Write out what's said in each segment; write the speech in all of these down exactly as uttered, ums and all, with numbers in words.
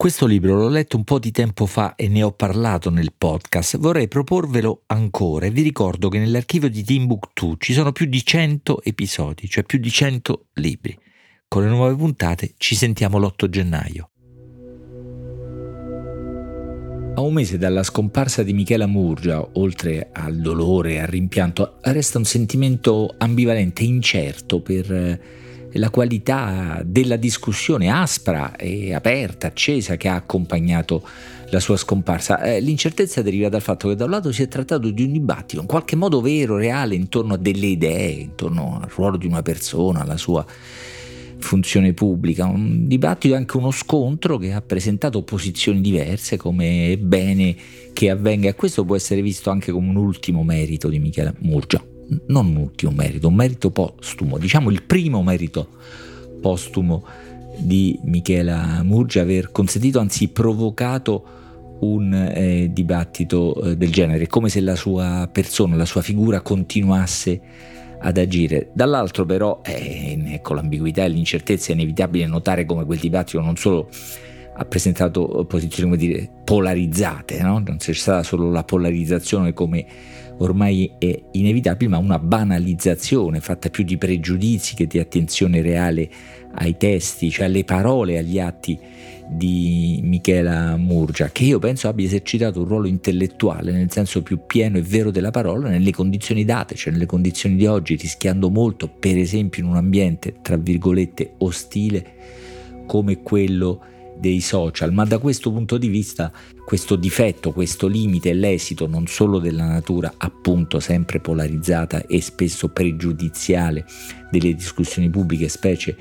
Questo libro l'ho letto un po' di tempo fa e ne ho parlato nel podcast. Vorrei proporvelo ancora e vi ricordo che nell'archivio di Timbuktu ci sono più di cento episodi, cioè più di cento libri. Con le nuove puntate ci sentiamo l'otto gennaio. A un mese dalla scomparsa di Michela Murgia, oltre al dolore e al rimpianto, resta un sentimento ambivalente e incerto per la qualità della discussione aspra e aperta, accesa che ha accompagnato la sua scomparsa. Eh, l'incertezza deriva dal fatto che da un lato si è trattato di un dibattito in qualche modo vero, reale, intorno a delle idee, intorno al ruolo di una persona, alla sua funzione pubblica, un dibattito e anche uno scontro che ha presentato posizioni diverse, come è bene che avvenga, e questo può essere visto anche come un ultimo merito di Michela Murgia. Non un ultimo merito, un merito postumo, diciamo il primo merito postumo di Michela Murgia, aver consentito, anzi provocato un eh, dibattito eh, del genere, come se la sua persona, la sua figura continuasse ad agire. Dall'altro però, eh, ecco, l'ambiguità e l'incertezza, è inevitabile notare come quel dibattito non solo ha presentato posizioni, come dire, polarizzate, no? Non c'è stata solo la polarizzazione come ormai è inevitabile, ma una banalizzazione fatta più di pregiudizi che di attenzione reale ai testi, cioè alle parole, agli atti di Michela Murgia, che io penso abbia esercitato un ruolo intellettuale nel senso più pieno e vero della parola nelle condizioni date, cioè nelle condizioni di oggi, rischiando molto, per esempio in un ambiente tra virgolette ostile come quello dei social. Ma da questo punto di vista questo difetto, questo limite è l'esito non solo della natura appunto sempre polarizzata e spesso pregiudiziale delle discussioni pubbliche, specie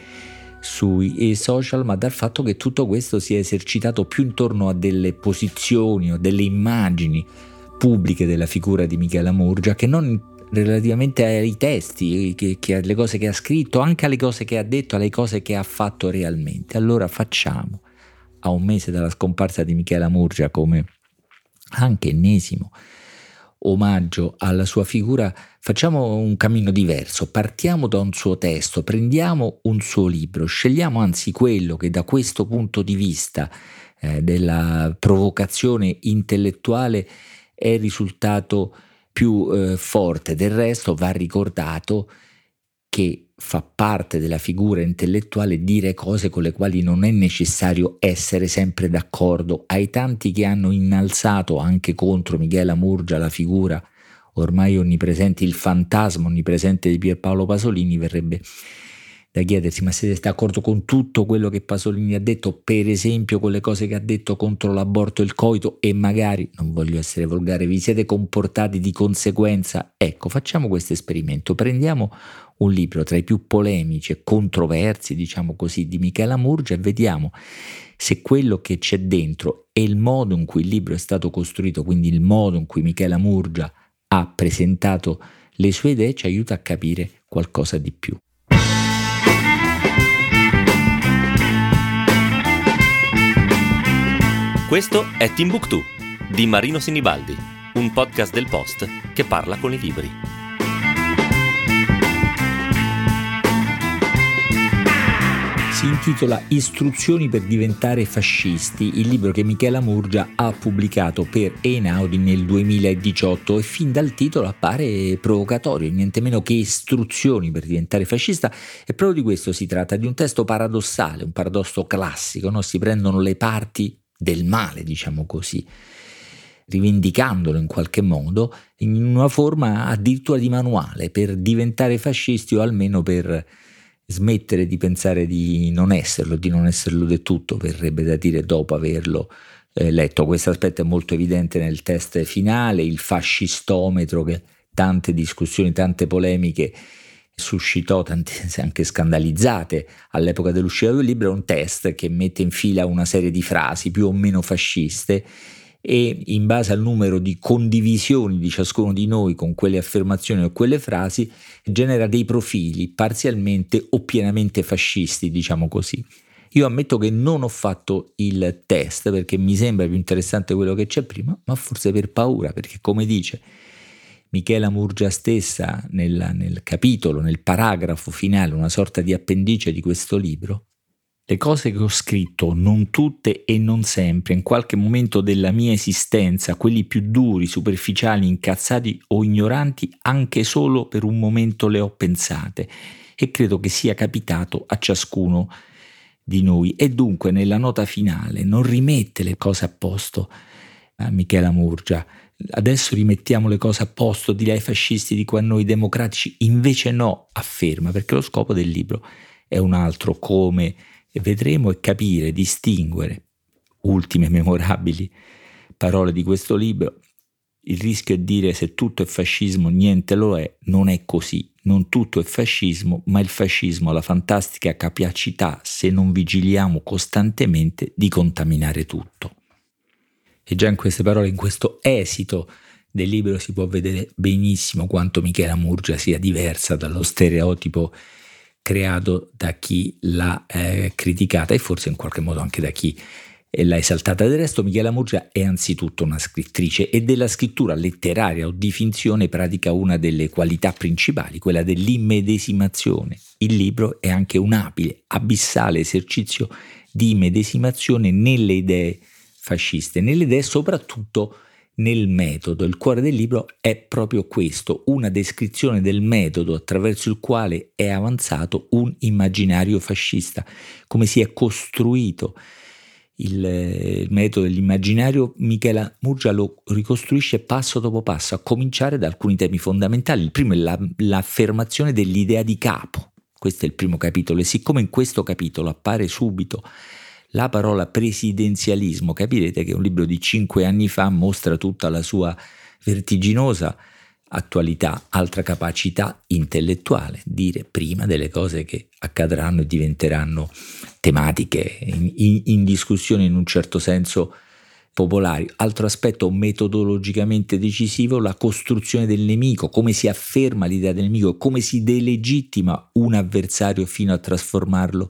sui social, ma dal fatto che tutto questo si è esercitato più intorno a delle posizioni o delle immagini pubbliche della figura di Michela Murgia che non relativamente ai testi, che, che alle cose che ha scritto, anche alle cose che ha detto, alle cose che ha fatto realmente. Allora facciamo, a un mese dalla scomparsa di Michela Murgia, come anche ennesimo omaggio alla sua figura, facciamo un cammino diverso, partiamo da un suo testo, prendiamo un suo libro, scegliamo anzi quello che da questo punto di vista eh, della provocazione intellettuale è il risultato più eh, forte. Del resto va ricordato che fa parte della figura intellettuale dire cose con le quali non è necessario essere sempre d'accordo. Ai tanti che hanno innalzato anche contro Michela Murgia la figura ormai onnipresente, il fantasma onnipresente di Pierpaolo Pasolini, verrebbe da chiedersi: ma siete d'accordo con tutto quello che Pasolini ha detto, per esempio con le cose che ha detto contro l'aborto e il coito, e magari, non voglio essere volgare, vi siete comportati di conseguenza? Ecco, facciamo questo esperimento, prendiamo un libro tra i più polemici e controversi, diciamo così, di Michela Murgia e vediamo se quello che c'è dentro e il modo in cui il libro è stato costruito, quindi il modo in cui Michela Murgia ha presentato le sue idee, ci aiuta a capire qualcosa di più. Questo è Timbuktu di Marino Sinibaldi, un podcast del Post che parla con i libri. Si intitola Istruzioni per diventare fascisti, il libro che Michela Murgia ha pubblicato per Einaudi nel duemiladiciotto, e fin dal titolo appare provocatorio, niente meno che istruzioni per diventare fascista, e proprio di questo si tratta, di un testo paradossale, un paradosso classico, no? Si prendono le parti del male, diciamo così, rivendicandolo in qualche modo in una forma addirittura di manuale per diventare fascisti, o almeno per smettere di pensare di non esserlo, di non esserlo del tutto, verrebbe da dire, dopo averlo eh, letto. Questo aspetto è molto evidente nel test finale, il fascistometro che tante discussioni, tante polemiche suscitò, tante anche scandalizzate all'epoca dell'uscita del libro. È un test che mette in fila una serie di frasi più o meno fasciste e in base al numero di condivisioni di ciascuno di noi con quelle affermazioni o quelle frasi genera dei profili parzialmente o pienamente fascisti, diciamo così. Io ammetto che non ho fatto il test perché mi sembra più interessante quello che c'è prima, ma forse per paura, perché come dice Michela Murgia stessa nel, nel capitolo, nel paragrafo finale, una sorta di appendice di questo libro, Le cose che ho scritto, non tutte e non sempre, in qualche momento della mia esistenza, quelli più duri, superficiali, incazzati o ignoranti, anche solo per un momento le ho pensate e credo che sia capitato a ciascuno di noi. E dunque nella nota finale non rimette le cose a posto a Michela Murgia. Adesso rimettiamo le cose a posto, direi ai fascisti, dico a noi democratici, invece no, afferma, perché lo scopo del libro è un altro, come vedremo, e capire, distinguere, ultime memorabili parole di questo libro. Il rischio è dire se tutto è fascismo niente lo è, non è così, non tutto è fascismo, ma il fascismo ha la fantastica capacità, se non vigiliamo costantemente, di contaminare tutto. E già in queste parole, in questo esito del libro, si può vedere benissimo quanto Michela Murgia sia diversa dallo stereotipo creato da chi l'ha eh, criticata e forse in qualche modo anche da chi l'ha esaltata. Del resto Michela Murgia è anzitutto una scrittrice e della scrittura letteraria o di finzione pratica una delle qualità principali, quella dell'immedesimazione. Il libro è anche un abile, abissale esercizio di immedesimazione nelle idee fasciste, nelle idee soprattutto nel metodo. Il cuore del libro è proprio questo, una descrizione del metodo attraverso il quale è avanzato un immaginario fascista, come si è costruito il, il metodo dell'immaginario. Michela Murgia lo ricostruisce passo dopo passo, a cominciare da alcuni temi fondamentali. Il primo è la, l'affermazione dell'idea di capo, questo è il primo capitolo, e siccome in questo capitolo appare subito la parola presidenzialismo, capirete che un libro di cinque anni fa mostra tutta la sua vertiginosa attualità, altra capacità intellettuale, dire prima delle cose che accadranno e diventeranno tematiche in, in, in discussione in un certo senso popolari. Altro aspetto metodologicamente decisivo, la costruzione del nemico, come si afferma l'idea del nemico, come si delegittima un avversario fino a trasformarlo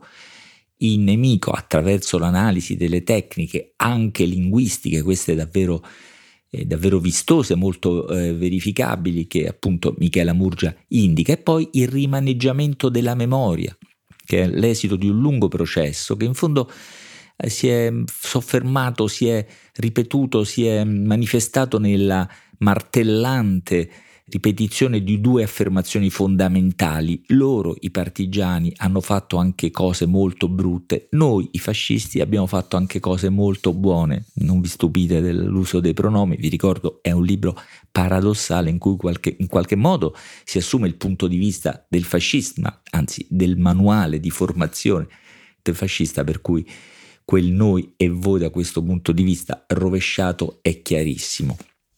in nemico attraverso l'analisi delle tecniche anche linguistiche, queste davvero, eh, davvero vistose, molto eh, verificabili, che appunto Michela Murgia indica. E poi il rimaneggiamento della memoria, che è l'esito di un lungo processo che in fondo eh, si è soffermato, si è ripetuto, si è manifestato nella martellante ripetizione di due affermazioni fondamentali. Loro, i partigiani, hanno fatto anche cose molto brutte, noi, i fascisti, abbiamo fatto anche cose molto buone. Non vi stupite dell'uso dei pronomi, vi ricordo è un libro paradossale in cui qualche, in qualche modo si assume il punto di vista del fascismo, anzi del manuale di formazione del fascista, per cui quel noi e voi da questo punto di vista rovesciato è chiarissimo.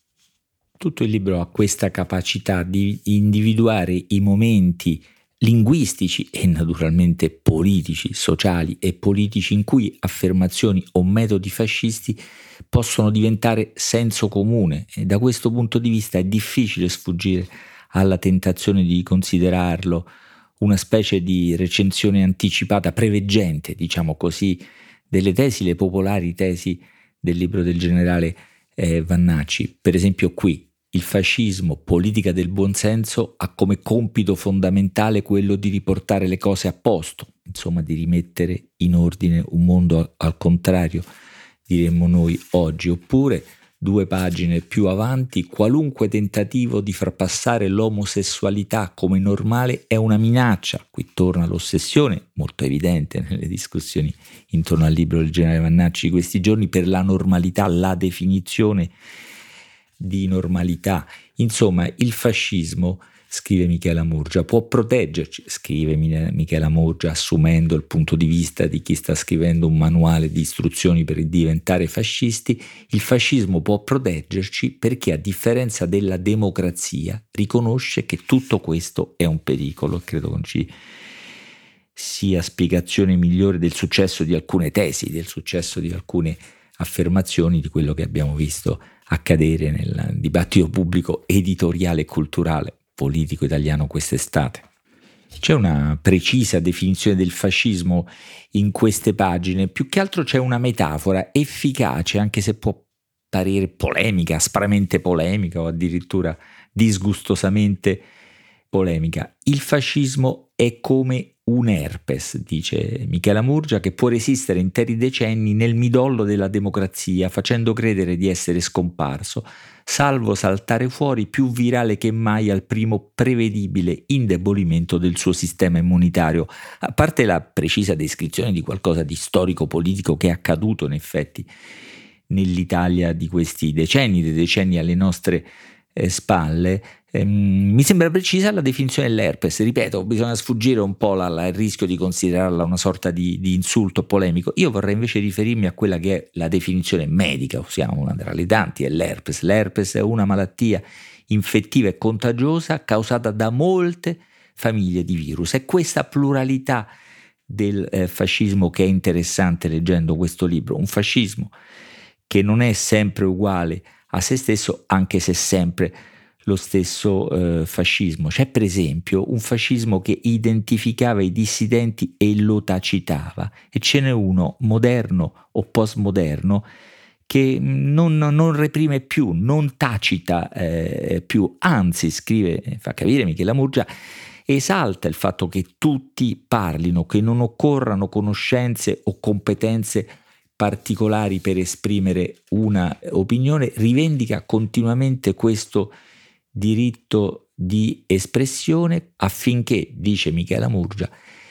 Tutto il libro ha questa capacità di individuare i momenti linguistici e naturalmente politici, sociali e politici in cui affermazioni o metodi fascisti possono diventare senso comune, e da questo punto di vista è difficile sfuggire alla tentazione di considerarlo una specie di recensione anticipata, preveggente, diciamo così, delle tesi, le popolari tesi del libro del generale eh, Vannacci. Per esempio qui, il fascismo, politica del buonsenso, ha come compito fondamentale quello di riportare le cose a posto, insomma di rimettere in ordine un mondo al contrario, diremmo noi oggi. Oppure, due pagine più avanti, qualunque tentativo di far passare l'omosessualità come normale è una minaccia. Qui torna l'ossessione, molto evidente nelle discussioni intorno al libro del generale Vannacci di questi giorni, per la normalità, la definizione di normalità. Insomma, il fascismo, scrive Michela Murgia, può proteggerci, scrive Michela Murgia assumendo il punto di vista di chi sta scrivendo un manuale di istruzioni per diventare fascisti. Il fascismo può proteggerci perché, a differenza della democrazia, riconosce che tutto questo è un pericolo. Credo non ci sia spiegazione migliore del successo di alcune tesi, del successo di alcune affermazioni, di quello che abbiamo visto accadere nel dibattito pubblico, editoriale e culturale politico italiano quest'estate. C'è una precisa definizione del fascismo in queste pagine, più che altro c'è una metafora efficace, anche se può parere polemica, aspramente polemica o addirittura disgustosamente polemica. Il fascismo è come un herpes, dice Michela Murgia, che può resistere interi decenni nel midollo della democrazia, facendo credere di essere scomparso, salvo saltare fuori più virale che mai al primo prevedibile indebolimento del suo sistema immunitario. A parte la precisa descrizione di qualcosa di storico-politico che è accaduto in effetti nell'Italia di questi decenni, dei decenni alle nostre eh, spalle, ehm, mi sembra precisa la definizione dell'herpes. Ripeto, bisogna sfuggire un po' la, la, il rischio di considerarla una sorta di, di insulto polemico. Io vorrei invece riferirmi a quella che è la definizione medica, ossia una tra le tanti, è l'herpes. L'herpes è una malattia infettiva e contagiosa causata da molte famiglie di virus. È questa pluralità del eh, fascismo che è interessante leggendo questo libro, un fascismo che non è sempre uguale a se stesso, anche se sempre lo stesso eh, fascismo. C'è per esempio un fascismo che identificava i dissidenti e lo tacitava, e ce n'è uno moderno o postmoderno che non, non reprime più, non tacita eh, più, anzi, scrive, fa capire Michela Murgia, esalta il fatto che tutti parlino, che non occorrano conoscenze o competenze particolari per esprimere una opinione, rivendica continuamente questo diritto di espressione affinché, dice Michela Murgia,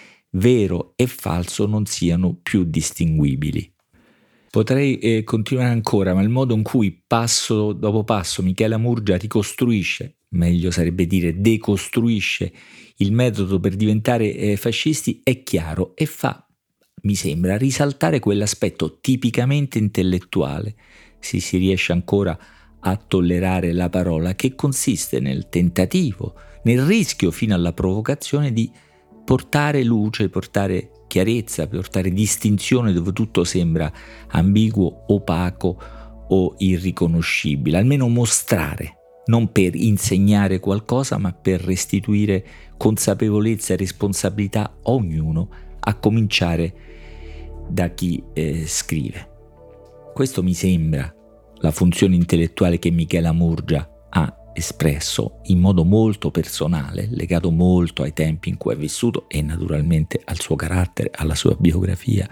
vero e falso non siano più distinguibili. Potrei eh, continuare ancora, ma il modo in cui passo dopo passo Michela Murgia ricostruisce, meglio sarebbe dire decostruisce, il metodo per diventare eh, fascisti è chiaro e fa, mi sembra, risaltare quell'aspetto tipicamente intellettuale, se si riesce ancora a tollerare la parola, che consiste nel tentativo, nel rischio fino alla provocazione di portare luce, portare chiarezza, portare distinzione dove tutto sembra ambiguo, opaco o irriconoscibile, almeno mostrare, non per insegnare qualcosa, ma per restituire consapevolezza e responsabilità a ognuno, a cominciare da chi eh, scrive. Questo mi sembra la funzione intellettuale che Michela Murgia ha espresso in modo molto personale, legato molto ai tempi in cui è vissuto e naturalmente al suo carattere, alla sua biografia.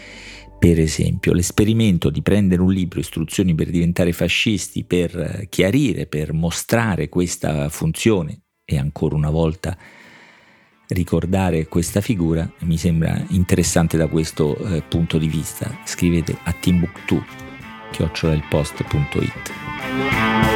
Per esempio, l'esperimento di prendere un libro, Istruzioni per diventare fascisti, per chiarire, per mostrare questa funzione e ancora una volta ricordare questa figura, mi sembra interessante da questo eh, punto di vista. Scrivete a timbuktu chiocciola il post punto it.